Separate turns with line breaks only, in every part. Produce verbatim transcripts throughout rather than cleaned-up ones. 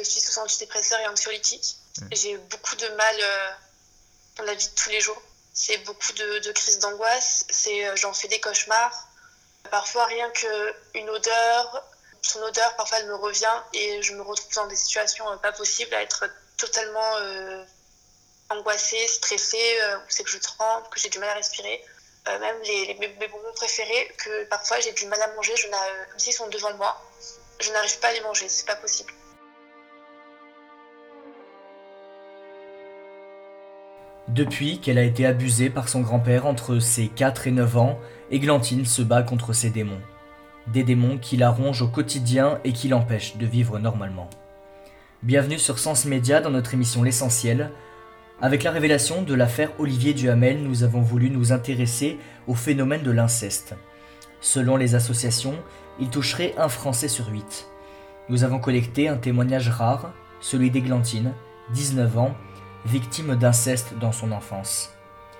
suis sous antidépresseurs et anxiolytiques. Mmh. J'ai beaucoup de mal euh, dans la vie de tous les jours. C'est beaucoup de, de crises d'angoisse. C'est, euh, j'en fais des cauchemars. Parfois, rien qu'une odeur, son odeur, parfois, elle me revient et je me retrouve dans des situations euh, pas possibles, à être totalement euh, angoissée, stressée, euh, où c'est que je tremble, que j'ai du mal à respirer. Euh, même les, les, mes bonbons préférés, que parfois j'ai du mal à manger, je n'a, même s'ils sont devant moi, je n'arrive pas à les manger, c'est pas possible.
Depuis qu'elle a été abusée par son grand-père entre ses quatre et neuf ans, Églantine se bat contre ses démons. Des démons qui la rongent au quotidien et qui l'empêchent de vivre normalement. Bienvenue sur Sens Média dans notre émission L'Essentiel. Avec la révélation de l'affaire Olivier Duhamel, nous avons voulu nous intéresser au phénomène de l'inceste. Selon les associations, il toucherait un Français sur huit. Nous avons collecté un témoignage rare, celui d'Églantine, dix-neuf ans, victime d'inceste dans son enfance.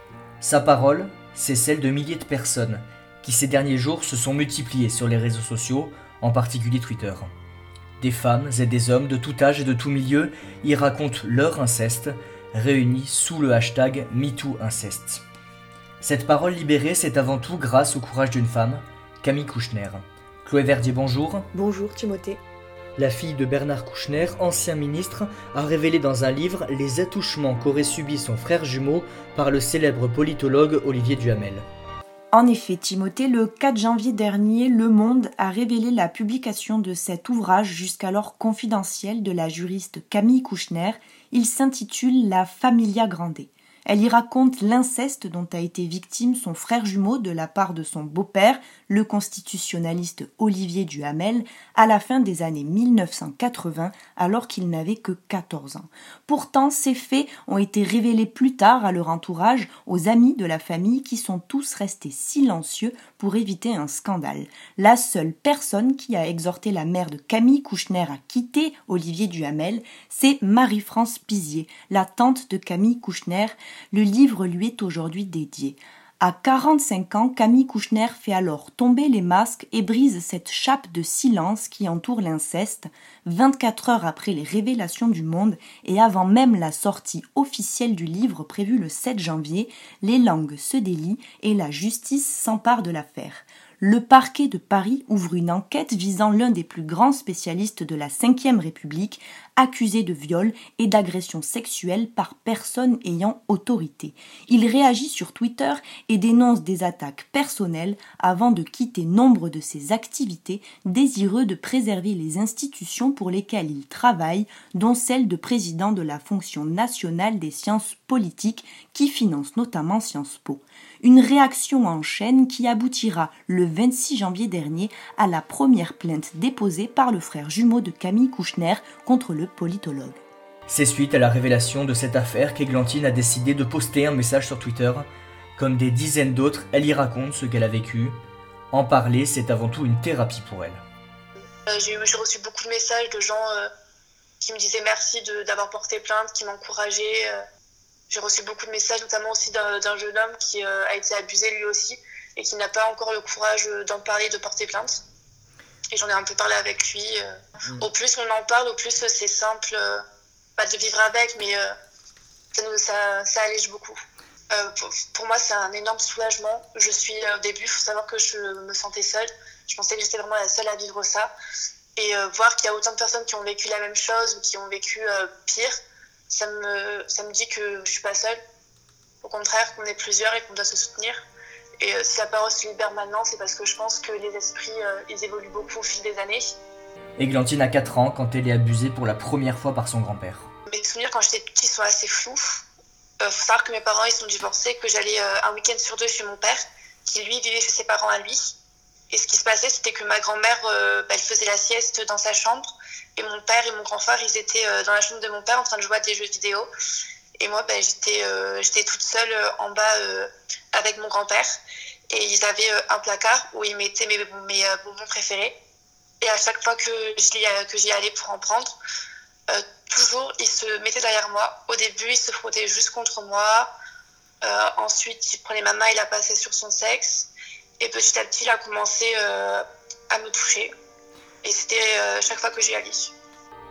Sa parole, c'est celle de milliers de personnes qui ces derniers jours se sont multipliées sur les réseaux sociaux, en particulier Twitter. Des femmes et des hommes de tout âge et de tout milieu y racontent leur inceste, réunis sous le hashtag MeTooInceste. Cette parole libérée, c'est avant tout grâce au courage d'une femme, Camille Kouchner. Chloé Verdier, bonjour.
Bonjour Timothée.
La fille de Bernard Kouchner, ancien ministre, a révélé dans un livre les attouchements qu'aurait subis son frère jumeau par le célèbre politologue Olivier Duhamel.
En effet, Timothée, le quatre janvier dernier, Le Monde a révélé la publication de cet ouvrage jusqu'alors confidentiel de la juriste Camille Kouchner. Il s'intitule La Familia Grande. Elle y raconte l'inceste dont a été victime son frère jumeau de la part de son beau-père, le constitutionnaliste Olivier Duhamel, à la fin des années mille neuf cent quatre-vingts, alors qu'il n'avait que quatorze ans. Pourtant, ces faits ont été révélés plus tard à leur entourage, aux amis de la famille qui sont tous restés silencieux pour éviter un scandale. La seule personne qui a exhorté la mère de Camille Kouchner à quitter Olivier Duhamel, c'est Marie-France Pizier, la tante de Camille Kouchner. Le livre lui est aujourd'hui dédié. À quarante-cinq ans, Camille Kouchner fait alors tomber les masques et brise cette chape de silence qui entoure l'inceste, vingt-quatre heures après les révélations du Monde et avant même la sortie officielle du livre prévue le sept janvier, les langues se délient et la justice s'empare de l'affaire. Le parquet de Paris ouvre une enquête visant l'un des plus grands spécialistes de la cinquième République, accusé de viol et d'agression sexuelle par personne ayant autorité. Il réagit sur Twitter et dénonce des attaques personnelles avant de quitter nombre de ses activités, désireux de préserver les institutions pour lesquelles il travaille, dont celle de président de la Fonction nationale des sciences politiques qui finance notamment Sciences Po. Une réaction en chaîne qui aboutira le vingt-six janvier dernier à la première plainte déposée par le frère jumeau de Camille Kouchner contre le politologue.
C'est suite à la révélation de cette affaire qu'Églantine a décidé de poster un message sur Twitter. Comme des dizaines d'autres, elle y raconte ce qu'elle a vécu. En parler, c'est avant tout une thérapie pour elle.
Euh, j'ai, j'ai reçu beaucoup de messages de gens euh, qui me disaient merci de, d'avoir porté plainte, qui m'encourageaient. Euh, j'ai reçu beaucoup de messages, notamment aussi d'un, d'un jeune homme qui euh, a été abusé lui aussi et qui n'a pas encore le courage d'en parler, de porter plainte. Et j'en ai un peu parlé avec lui. Mmh. Au plus on en parle, au plus c'est simple, euh, pas de vivre avec, mais euh, ça, nous, ça, ça allège beaucoup. Euh, pour, pour moi, c'est un énorme soulagement. Je suis euh, au début, il faut savoir que je me sentais seule. Je pensais que j'étais vraiment la seule à vivre ça. Et euh, voir qu'il y a autant de personnes qui ont vécu la même chose ou qui ont vécu euh, pire, ça me, ça me dit que je suis pas seule. Au contraire, qu'on est plusieurs et qu'on doit se soutenir. Et euh, si la parole se libère maintenant, c'est parce que je pense que les esprits, euh, ils évoluent beaucoup au fil des années.
Églantine a quatre ans quand elle est abusée pour la première fois par son grand-père.
Mes souvenirs quand j'étais petite sont assez flous. Il euh, faut savoir que mes parents ils sont divorcés, que j'allais euh, un week-end sur deux chez mon père, qui lui vivait chez ses parents à lui. Et ce qui se passait, c'était que ma grand-mère, euh, bah, elle faisait la sieste dans sa chambre. Et mon père et mon grand frère, ils étaient euh, dans la chambre de mon père en train de jouer à des jeux vidéo. Et moi, bah, j'étais, euh, j'étais toute seule euh, en bas euh, avec mon grand-père. Et ils avaient euh, un placard où ils mettaient mes, mes euh, bonbons préférés. Et à chaque fois que, je, que j'y allais pour en prendre, euh, toujours, ils se mettaient derrière moi. Au début, ils se frottaient juste contre moi. Euh, ensuite, il prenait ma main, il la passait sur son sexe. Et petit à petit, il a commencé euh, à me toucher. Et c'était euh, chaque fois que j'y allais.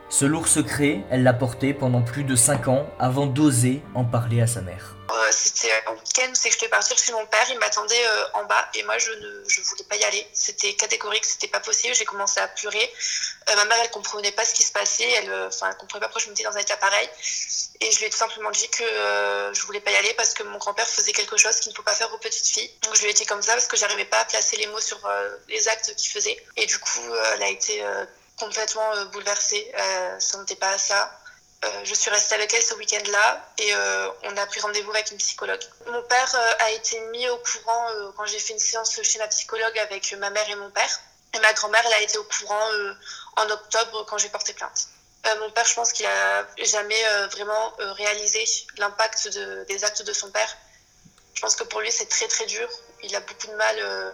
Ce lourd secret, elle l'a porté pendant plus de cinq ans avant d'oser en parler à sa mère.
Euh, c'était un week-end, c'est que je devais partir chez mon père, il m'attendait euh, en bas et moi je ne je voulais pas y aller. C'était catégorique, c'était pas possible, j'ai commencé à pleurer. Euh, ma mère elle comprenait pas ce qui se passait, elle, enfin, elle comprenait pas pourquoi je me mettais dans un état pareil. Et je lui ai tout simplement dit que euh, je voulais pas y aller parce que mon grand-père faisait quelque chose qu'il ne faut pas faire aux petites filles. Donc je lui ai dit comme ça parce que j'arrivais pas à placer les mots sur euh, les actes qu'il faisait. Et du coup, euh, elle a été euh, complètement euh, bouleversée, elle ne s'en était pas à ça. Euh, je suis restée avec elle ce week-end-là et euh, on a pris rendez-vous avec une psychologue. Mon père euh, a été mis au courant euh, quand j'ai fait une séance chez ma psychologue avec ma mère et mon père. Et ma grand-mère, elle a été au courant euh, en octobre quand j'ai porté plainte. Euh, mon père, je pense qu'il a jamais euh, vraiment euh, réalisé l'impact de, des actes de son père. Je pense que pour lui, c'est très très dur. Il a beaucoup de mal euh,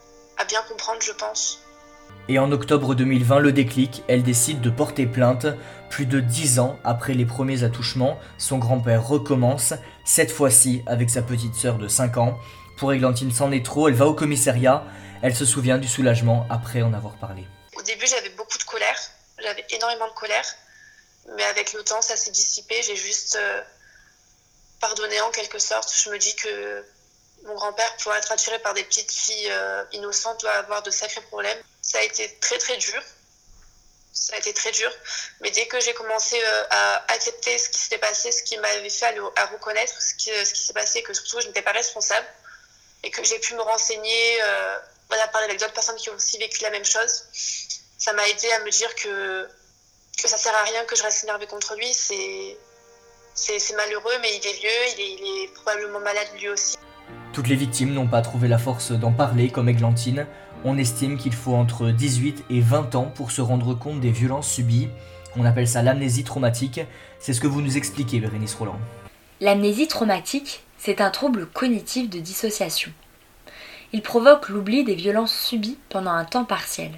à bien comprendre, je pense.
Et en octobre deux mille vingt, le déclic, elle décide de porter plainte. Plus de dix ans après les premiers attouchements, son grand-père recommence, cette fois-ci avec sa petite sœur de cinq ans. Pour Églantine, c'en est trop, elle va au commissariat, elle se souvient du soulagement après en avoir parlé.
Au début, j'avais beaucoup de colère, j'avais énormément de colère, mais avec le temps, ça s'est dissipé, j'ai juste euh, pardonné en quelque sorte. Je me dis que mon grand-père, pour être attiré par des petites filles euh, innocentes, doit avoir de sacrés problèmes. Ça a été très très dur. Ça a été très dur, mais dès que j'ai commencé euh, à accepter ce qui s'était passé, ce qui m'avait fait à, le, à reconnaître ce qui, ce qui s'est passé, que surtout je n'étais pas responsable, et que j'ai pu me renseigner, euh, voilà, parler avec d'autres personnes qui ont aussi vécu la même chose, ça m'a aidé à me dire que, que ça sert à rien que je reste énervée contre lui. C'est, c'est, c'est malheureux, mais il est vieux, il est, il est probablement malade lui aussi.
Toutes les victimes n'ont pas trouvé la force d'en parler comme Églantine. On estime qu'il faut entre dix-huit et vingt ans pour se rendre compte des violences subies. On appelle ça l'amnésie traumatique. C'est ce que vous nous expliquez, Bérénice Roland.
L'amnésie traumatique, c'est un trouble cognitif de dissociation. Il provoque l'oubli des violences subies pendant un temps partiel.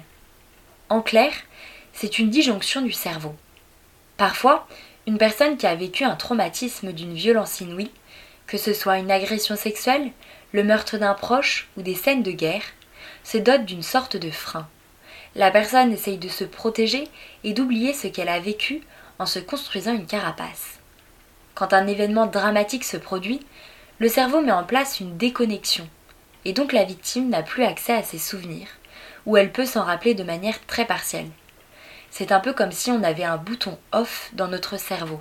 En clair, c'est une disjonction du cerveau. Parfois, une personne qui a vécu un traumatisme d'une violence inouïe, que ce soit une agression sexuelle, le meurtre d'un proche ou des scènes de guerre, se dote d'une sorte de frein. La personne essaye de se protéger et d'oublier ce qu'elle a vécu en se construisant une carapace. Quand un événement dramatique se produit, le cerveau met en place une déconnexion, et donc la victime n'a plus accès à ses souvenirs, ou elle peut s'en rappeler de manière très partielle. C'est un peu comme si on avait un bouton off dans notre cerveau.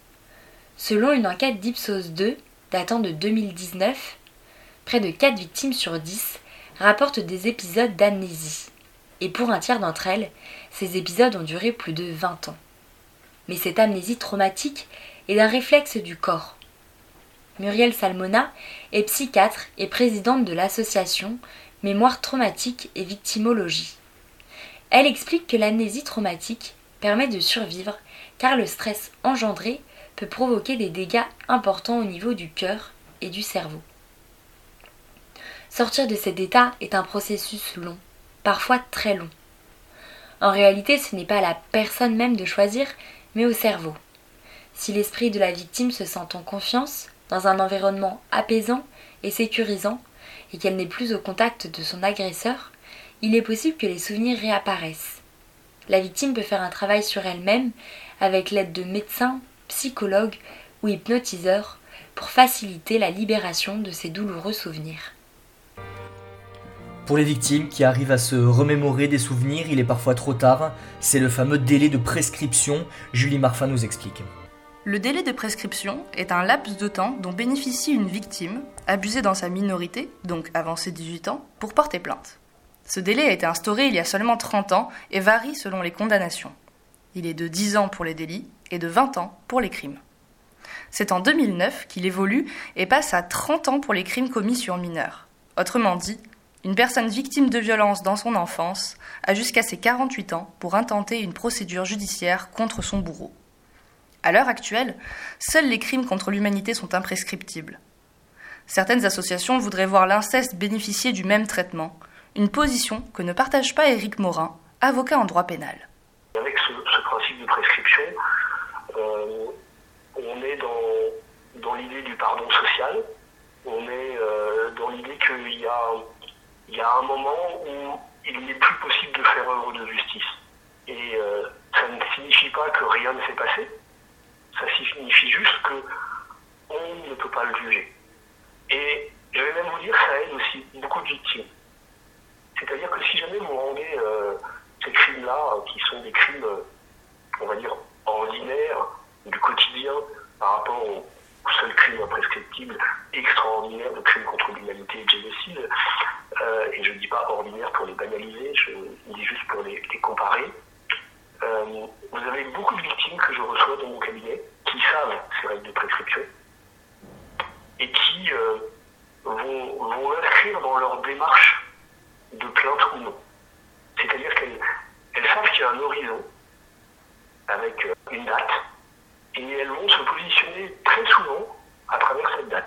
Selon une enquête d'Ipsos deux, datant de deux mille dix-neuf, près de quatre victimes sur dix rapportent des épisodes d'amnésie. Et pour un tiers d'entre elles, ces épisodes ont duré plus de vingt ans. Mais cette amnésie traumatique est un réflexe du corps. Muriel Salmona est psychiatre et présidente de l'association Mémoire traumatique et victimologie. Elle explique que l'amnésie traumatique permet de survivre car le stress engendré peut provoquer des dégâts importants au niveau du cœur et du cerveau. Sortir de cet état est un processus long, parfois très long. En réalité, ce n'est pas à la personne même de choisir, mais au cerveau. Si l'esprit de la victime se sent en confiance, dans un environnement apaisant et sécurisant, et qu'elle n'est plus au contact de son agresseur, il est possible que les souvenirs réapparaissent. La victime peut faire un travail sur elle-même avec l'aide de médecins, psychologues ou hypnotiseurs pour faciliter la libération de ces douloureux souvenirs.
Pour les victimes qui arrivent à se remémorer des souvenirs, il est parfois trop tard. C'est le fameux délai de prescription. Julie Marfin nous explique.
Le délai de prescription est un laps de temps dont bénéficie une victime, abusée dans sa minorité, donc avant ses dix-huit ans, pour porter plainte. Ce délai a été instauré il y a seulement trente ans et varie selon les condamnations. Il est de dix ans pour les délits et de vingt ans pour les crimes. C'est en deux mille neuf qu'il évolue et passe à trente ans pour les crimes commis sur mineurs. Autrement dit, une personne victime de violence dans son enfance a jusqu'à ses quarante-huit ans pour intenter une procédure judiciaire contre son bourreau. À l'heure actuelle, seuls les crimes contre l'humanité sont imprescriptibles. Certaines associations voudraient voir l'inceste bénéficier du même traitement, une position que ne partage pas Éric Morin, avocat en droit pénal.
Avec ce, ce principe de prescription, euh, on est dans, dans l'idée du pardon social, on est euh, dans l'idée qu'il y a, il y a un moment où il n'est plus possible de faire œuvre de justice. Et euh, ça ne signifie pas que rien ne s'est passé, ça signifie juste que on ne peut pas le juger. Et je vais même vous dire, ça aide aussi beaucoup de victimes. C'est-à-dire que si jamais vous rendez euh, ces crimes-là, qui sont des crimes, euh, on va dire, ordinaires, du quotidien, par rapport au seul crime imprescriptible extraordinaire de crime contre l'humanité et de génocide, euh, et je ne dis pas ordinaire pour les banaliser, je dis juste pour les, les comparer, euh, vous avez beaucoup de victimes que je reçois dans mon cabinet qui savent ces règles de prescription et qui euh, vont, vont inscrire dans leur démarche de plainte ou non. C'est-à-dire qu'elles elles savent qu'il y a un horizon avec une date et elles vont se positionner très souvent à travers cette date.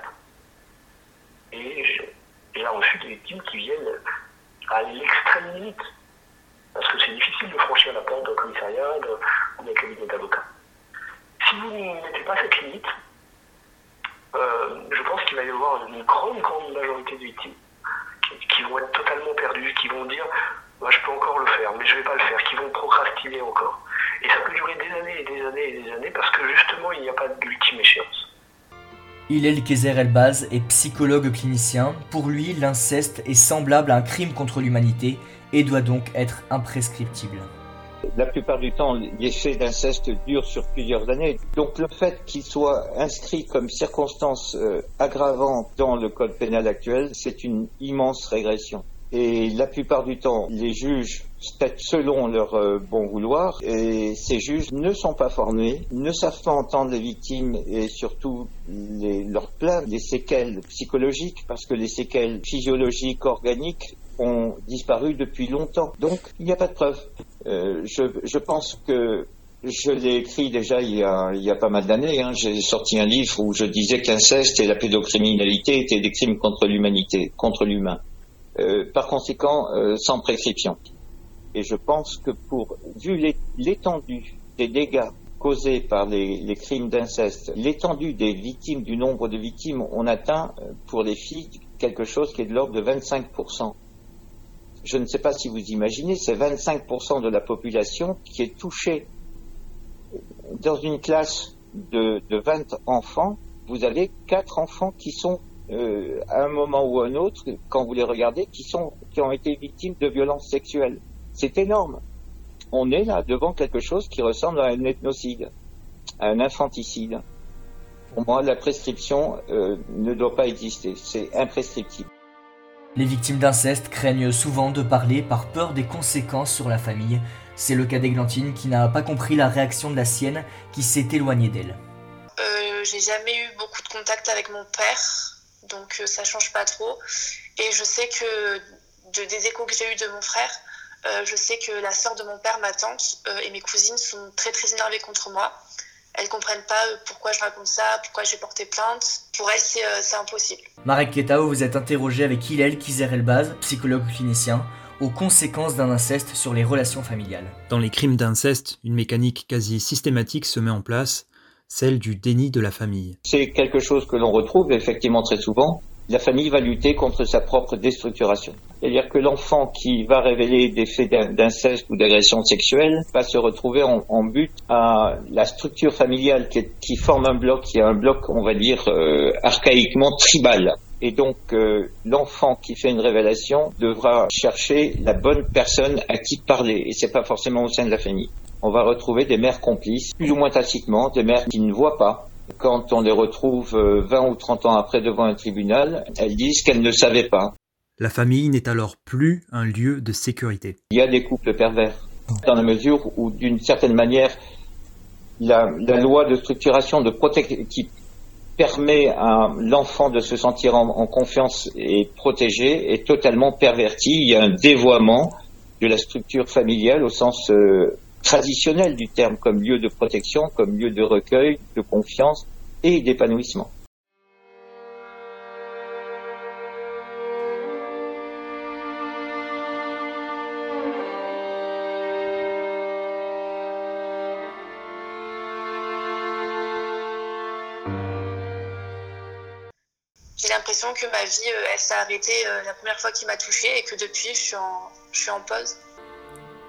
Et j'ai reçu des victimes qui viennent à l'extrême limite parce que c'est difficile de franchir la porte d'un commissariat ou d'un cabinet d'avocats. Si vous ne mettez pas cette limite, euh, je pense qu'il va y avoir une grande, grande majorité de victimes qui, qui vont être totalement perdues, qui vont dire bah, « je peux encore le faire, mais je ne vais pas le faire », qui vont procrastiner encore. Et ça peut durer des années et des années et des années parce que justement, il n'y a pas d'ultime échéance.
Hillel Kezer Elbaz est psychologue clinicien. Pour lui, l'inceste est semblable à un crime contre l'humanité et doit donc être imprescriptible.
La plupart du temps, les faits d'inceste durent sur plusieurs années. Donc le fait qu'il soit inscrit comme circonstance euh, aggravante dans le code pénal actuel, c'est une immense régression. Et la plupart du temps, les juges statuent selon leur euh, bon vouloir et ces juges ne sont pas formés, ne savent pas entendre les victimes et surtout les, leurs plaintes, les séquelles psychologiques, parce que les séquelles physiologiques, organiques ont disparu depuis longtemps. Donc, il n'y a pas de preuve. Euh, je, je pense que je l'ai écrit déjà il y a, il y a pas mal d'années. Hein. J'ai sorti un livre où je disais qu'inceste et la pédocriminalité étaient des crimes contre l'humanité, contre l'humain. Euh, par conséquent, euh, sans prescription. Et je pense que pour, vu l'étendue des dégâts causés par les, les crimes d'inceste, l'étendue des victimes, du nombre de victimes, on atteint pour les filles quelque chose qui est de l'ordre de vingt-cinq pour cent. Je ne sais pas si vous imaginez, c'est vingt-cinq pour cent de la population qui est touchée. Dans une classe de, de vingt enfants, vous avez quatre enfants qui sont Euh, à un moment ou à un autre, quand vous les regardez, qui sont, qui ont été victimes de violences sexuelles. C'est énorme. On est là devant quelque chose qui ressemble à un ethnocide, à un infanticide. Pour moi, la prescription euh, ne doit pas exister. C'est imprescriptible.
Les victimes d'inceste craignent souvent de parler par peur des conséquences sur la famille. C'est le cas d'Églantine qui n'a pas compris la réaction de la sienne, qui s'est éloignée d'elle.
Euh, j'ai jamais eu beaucoup de contact avec mon père. Donc euh, ça change pas trop. Et je sais que de, des échos que j'ai eu de mon frère, euh, je sais que la sœur de mon père, ma tante euh, et mes cousines sont très très énervées contre moi. Elles comprennent pas euh, pourquoi je raconte ça, pourquoi j'ai porté plainte. Pour elles, c'est, euh, c'est impossible.
Marek Ketao, vous êtes interrogé avec Hillel Kezer Elbaz, psychologue clinicien, aux conséquences d'un inceste sur les relations familiales.
Dans les crimes d'inceste, une mécanique quasi systématique se met en place, celle du déni de la famille.
C'est quelque chose que l'on retrouve effectivement très souvent. La famille va lutter contre sa propre déstructuration. C'est-à-dire que l'enfant qui va révéler des faits d'inceste ou d'agression sexuelle va se retrouver en, en but à la structure familiale qui, est, qui forme un bloc, qui est un bloc, on va dire, euh, archaïquement tribal. Et donc, euh, l'enfant qui fait une révélation devra chercher la bonne personne à qui parler. Et c'est pas forcément au sein de la famille. On va retrouver des mères complices, plus ou moins tacitement, des mères qui ne voient pas. Quand on les retrouve vingt ou trente ans après devant un tribunal, elles disent qu'elles ne savaient pas.
La famille n'est alors plus un lieu de sécurité.
Il y a des couples pervers, dans la mesure où, d'une certaine manière, la, la loi de structuration de protection qui permet à l'enfant de se sentir en, en confiance et protégé est totalement pervertie. Il y a un dévoiement de la structure familiale au sens euh, traditionnel du terme, comme lieu de protection, comme lieu de recueil, de confiance et d'épanouissement.
J'ai l'impression que ma vie, elle s'est arrêtée la première fois qu'il m'a touchée et que depuis, je suis en, je suis en pause.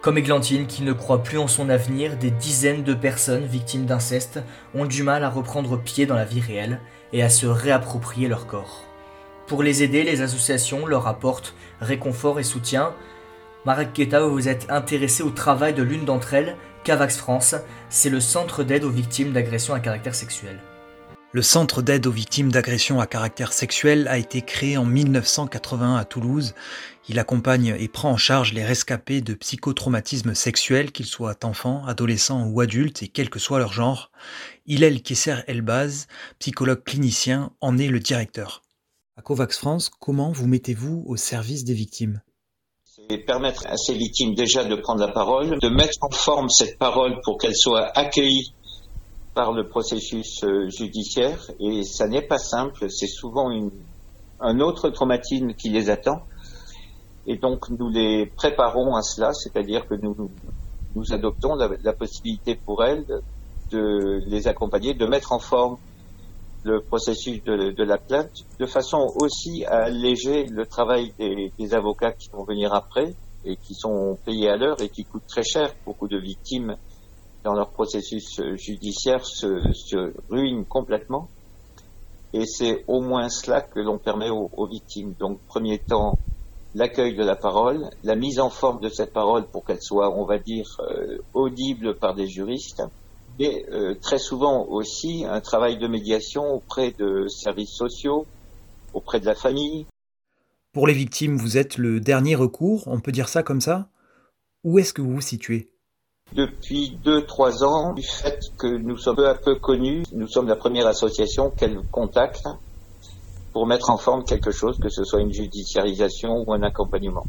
Comme Églantine, qui ne croit plus en son avenir, des dizaines de personnes victimes d'inceste ont du mal à reprendre pied dans la vie réelle et à se réapproprier leur corps. Pour les aider, les associations leur apportent réconfort et soutien. Marek Keta, vous vous êtes intéressé au travail de l'une d'entre elles, Cavax France, c'est le centre d'aide aux victimes d'agressions à caractère sexuel.
Le centre d'aide aux victimes d'agressions à caractère sexuel a été créé en mille neuf cent quatre-vingt-un à Toulouse. Il accompagne et prend en charge les rescapés de psychotraumatismes sexuels, qu'ils soient enfants, adolescents ou adultes, et quel que soit leur genre. Hillel Kesser-Elbaz, psychologue clinicien, en est le directeur. À Cavax France, comment vous mettez-vous au service des victimes ?
C'est permettre à ces victimes déjà de prendre la parole, de mettre en forme cette parole pour qu'elle soit accueillie par le processus judiciaire. Et ça n'est pas simple, c'est souvent une, un autre traumatisme qui les attend. Et donc nous les préparons à cela, c'est-à-dire que nous, nous adoptons la, la possibilité pour elles de les accompagner, de mettre en forme le processus de, de la plainte, de façon aussi à alléger le travail des, des avocats qui vont venir après et qui sont payés à l'heure et qui coûtent très cher. Beaucoup de victimes dans leur processus judiciaire se, se ruinent complètement. Et c'est au moins cela que l'on permet aux, aux victimes. Donc, premier temps, l'accueil de la parole, la mise en forme de cette parole pour qu'elle soit, on va dire, euh, audible par des juristes, et euh, très souvent aussi un travail de médiation auprès de services sociaux, auprès de la famille.
Pour les victimes, vous êtes le dernier recours, on peut dire ça comme ça ? Où est-ce que vous vous situez ?
Depuis deux, trois ans, du fait que nous sommes peu à peu connus, nous sommes la première association qu'elle contacte pour mettre en forme quelque chose, que ce soit une judiciarisation ou un accompagnement.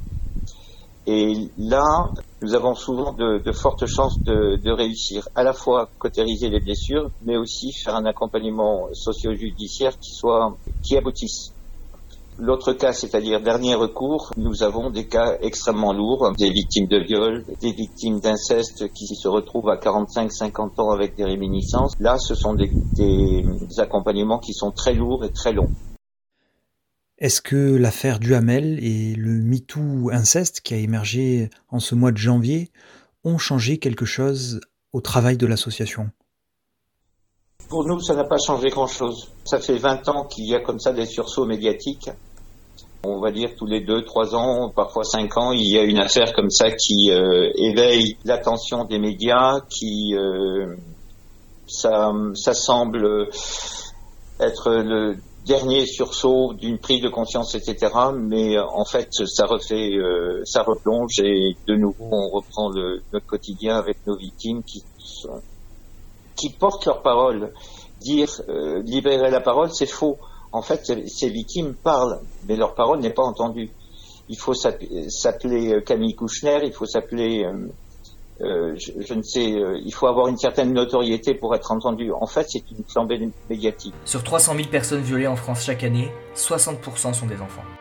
Et là, nous avons souvent de, de fortes chances de, de réussir, à la fois cautériser les blessures, mais aussi faire un accompagnement socio-judiciaire qui soit, qui aboutisse. L'autre cas, c'est-à-dire dernier recours, nous avons des cas extrêmement lourds, des victimes de viol, des victimes d'inceste qui se retrouvent à quarante-cinq cinquante ans avec des réminiscences. Là, ce sont des, des, des accompagnements qui sont très lourds et très longs.
Est-ce que l'affaire Duhamel et le MeToo inceste qui a émergé en ce mois de janvier ont changé quelque chose au travail de l'association ?
Pour nous, ça n'a pas changé grand-chose. Ça fait vingt ans qu'il y a comme ça des sursauts médiatiques. On va dire tous les deux, trois ans, parfois cinq ans, il y a une affaire comme ça qui euh, éveille l'attention des médias, qui euh, ça, ça semble être le dernier sursaut d'une prise de conscience, et cetera. Mais en fait, ça refait, euh, ça replonge et de nouveau, on reprend le, notre quotidien avec nos victimes qui sont, qui portent leur parole. Dire euh, libérer la parole, c'est faux. En fait, ces victimes parlent, mais leur parole n'est pas entendue. Il faut s'appeler Camille Kouchner, il faut s'appeler, euh, euh, je, je ne sais, euh, il faut avoir une certaine notoriété pour être entendu. En fait, c'est une flambée médiatique.
Sur trois cent mille personnes violées en France chaque année, soixante pour cent sont des enfants.